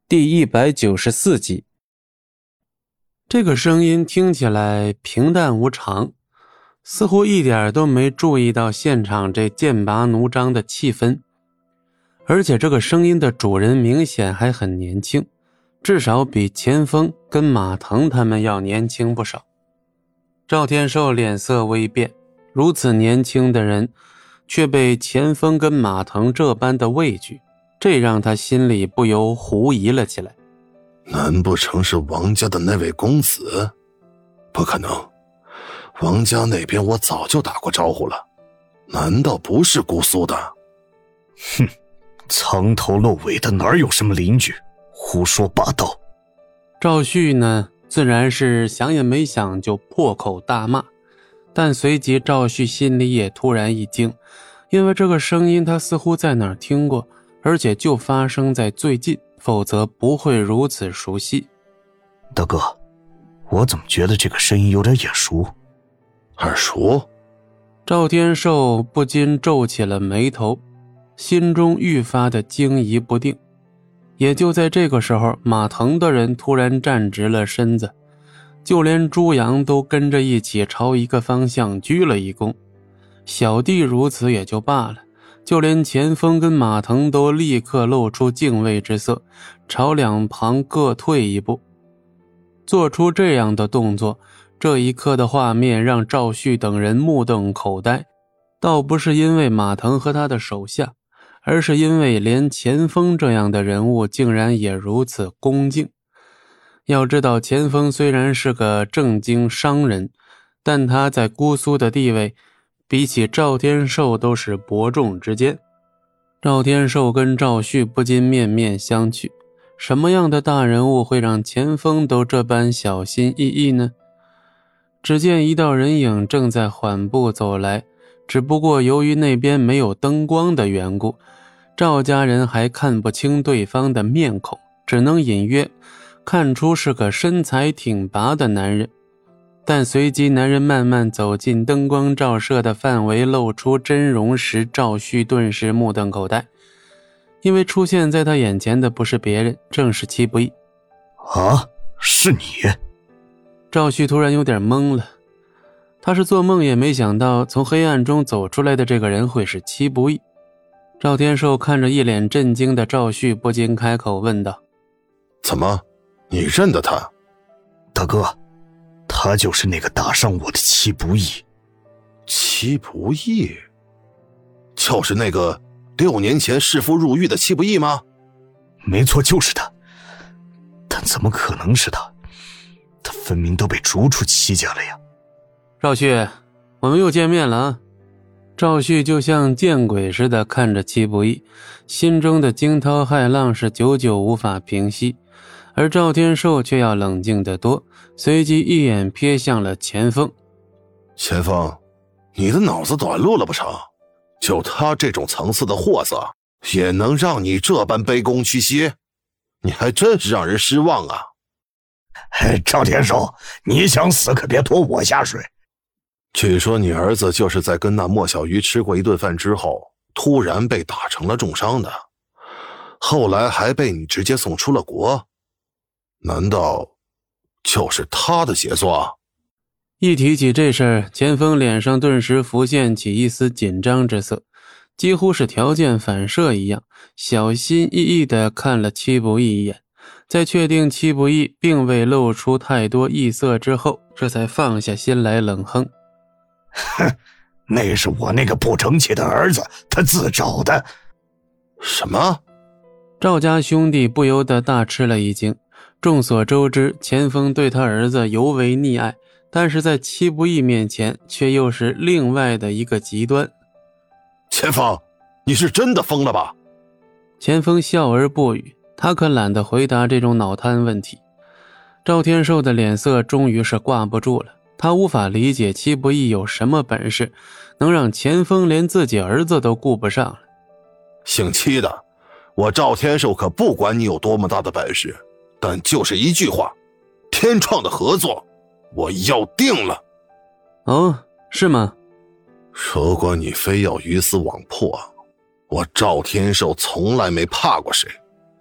第194集。这个声音听起来平淡无常，似乎一点都没注意到现场这剑拔弩张的气氛。而且这个声音的主人明显还很年轻，至少比钱锋跟马腾他们要年轻不少。赵天寿脸色微变，如此年轻的人却被钱锋跟马腾这般的畏惧，这让他心里不由狐疑了起来。 难不成是王家的那位公子？不可能，王家那边我早就打过招呼了，难道不是姑苏的？ 哼，藏头露尾的哪有什么邻居，胡说八道。 赵旭呢，自然是想也没想就破口大骂，但随即赵旭心里也突然一惊，因为这个声音他似乎在哪儿听过，而且就发生在最近，否则不会如此熟悉。 大哥，我怎么觉得这个声音有点眼熟？ 耳熟？ 赵天寿不禁皱起了眉头，心中愈发的惊疑不定。也就在这个时候，马腾的人突然站直了身子，就连朱阳都跟着一起朝一个方向鞠了一躬。小弟如此也就罢了，就连钱锋跟马腾都立刻露出敬畏之色，朝两旁各退一步。做出这样的动作，这一刻的画面让赵旭等人目瞪口呆，倒不是因为马腾和他的手下，而是因为连钱锋这样的人物竟然也如此恭敬。要知道钱锋虽然是个正经商人，但他在姑苏的地位比起赵天寿都是伯仲之间。赵天寿跟赵旭不禁面面相觑，什么样的大人物会让钱锋都这般小心翼翼呢？只见一道人影正在缓步走来，只不过由于那边没有灯光的缘故，赵家人还看不清对方的面孔，只能隐约看出是个身材挺拔的男人。但随即男人慢慢走进灯光照射的范围，露出真容时，赵旭顿时目瞪口呆，因为出现在他眼前的不是别人，正是戚不义。 啊，是你？ 赵旭突然有点懵了，他是做梦也没想到从黑暗中走出来的这个人会是戚不义。赵天寿看着一脸震惊的赵旭，不禁开口问道： 怎么，你认得他？ 大哥，他就是那个打伤我的戚不义。 戚不义？就是那个6年前弑父入狱的戚不义吗？ 没错，就是他。但怎么可能是他？他分明都被逐出戚家了呀。 赵旭，我们又见面了啊。赵旭就像见鬼似的看着戚不义，心中的惊涛骇浪是久久无法平息，而赵天寿却要冷静得多，随即一眼瞥向了钱锋。 钱锋，你的脑子短路了不成？就他这种层次的货色，也能让你这般卑躬屈膝？你还真是让人失望啊。 赵天寿，你想死可别拖我下水。 据说你儿子就是在跟那莫小鱼吃过一顿饭之后，突然被打成了重伤的，后来还被你直接送出了国。难道就是他的杰作？ 一提起这事儿，钱锋脸上顿时浮现起一丝紧张之色，几乎是条件反射一样，小心翼翼地看了戚不义一眼，在确定戚不义并未露出太多异色之后，这才放下心来冷哼： 哼，那是我那个不争气的儿子，他自找的。 什么？ 赵家兄弟不由得大吃了一惊。众所周知，钱锋对他儿子尤为溺爱，但是在戚不义面前却又是另外的一个极端。 钱锋，你是真的疯了吧？ 钱锋笑而不语，他可懒得回答这种脑瘫问题。赵天寿的脸色终于是挂不住了，他无法理解戚不义有什么本事，能让钱锋连自己儿子都顾不上了。 姓戚的，我赵天寿可不管你有多么大的本事，但就是一句话，天创的合作我要定了。 哦，是吗？ 如果你非要鱼死网破，我赵天寿从来没怕过谁，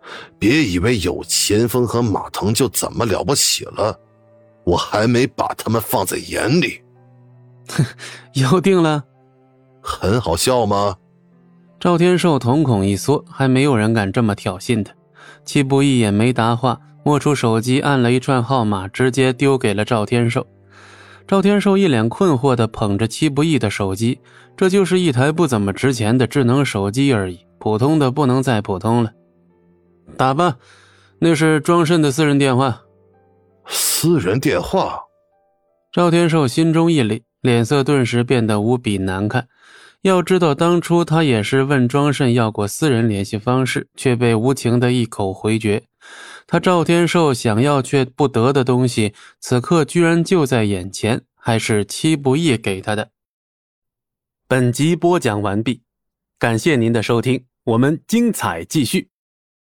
别以为有钱锋和马腾就怎么了不起了，我还没把他们放在眼里。 有定了？ 很好笑吗？ 赵天寿瞳孔一缩，还没有人敢这么挑衅他。戚不义也没答话，摸出手机按了一串号码，直接丢给了赵天寿。赵天寿一脸困惑地捧着戚不义的手机，这就是一台不怎么值钱的智能手机而已，普通的不能再普通了。打吧，那是庄慎的私人电话。 私人电话？ 赵天寿心中一凛，脸色顿时变得无比难看。要知道当初他也是问庄慎要过私人联系方式，却被无情的一口回绝。他赵天寿想要却不得的东西，此刻居然就在眼前，还是戚不义给他的。本集播讲完毕，感谢您的收听，我们精彩继续。